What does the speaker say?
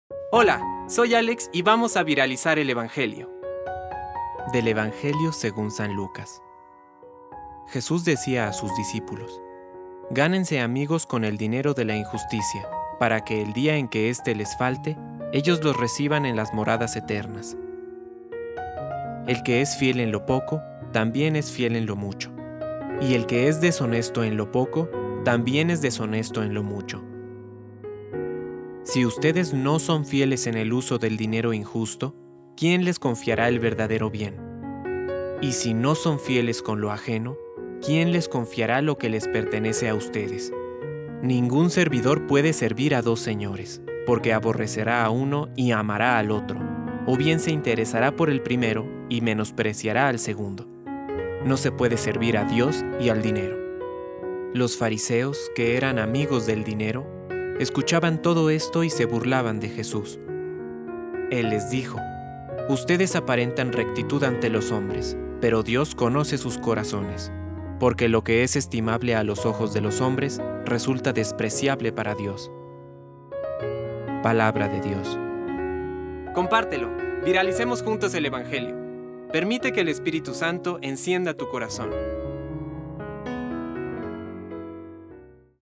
Hola, soy Alex y vamos a viralizar el Evangelio. Del Evangelio según San Lucas. Jesús decía a sus discípulos: Gánense amigos con el dinero de la injusticia, para que el día en que éste les falte, ellos los reciban en las moradas eternas. El que es fiel en lo poco, también es fiel en lo mucho. Y el que es deshonesto en lo poco, también es deshonesto en lo mucho. Si ustedes no son fieles en el uso del dinero injusto, ¿quién les confiará el verdadero bien? Y si no son fieles con lo ajeno, ¿quién les confiará lo que les pertenece a ustedes? Ningún servidor puede servir a dos señores, porque aborrecerá a uno y amará al otro, o bien se interesará por el primero y menospreciará al segundo. No se puede servir a Dios y al dinero. Los fariseos, que eran amigos del dinero, escuchaban todo esto y se burlaban de Jesús. Él les dijo: Ustedes aparentan rectitud ante los hombres, pero Dios conoce sus corazones, porque lo que es estimable a los ojos de los hombres resulta despreciable para Dios. Palabra de Dios. Compártelo, viralicemos juntos el Evangelio. Permite que el Espíritu Santo encienda tu corazón.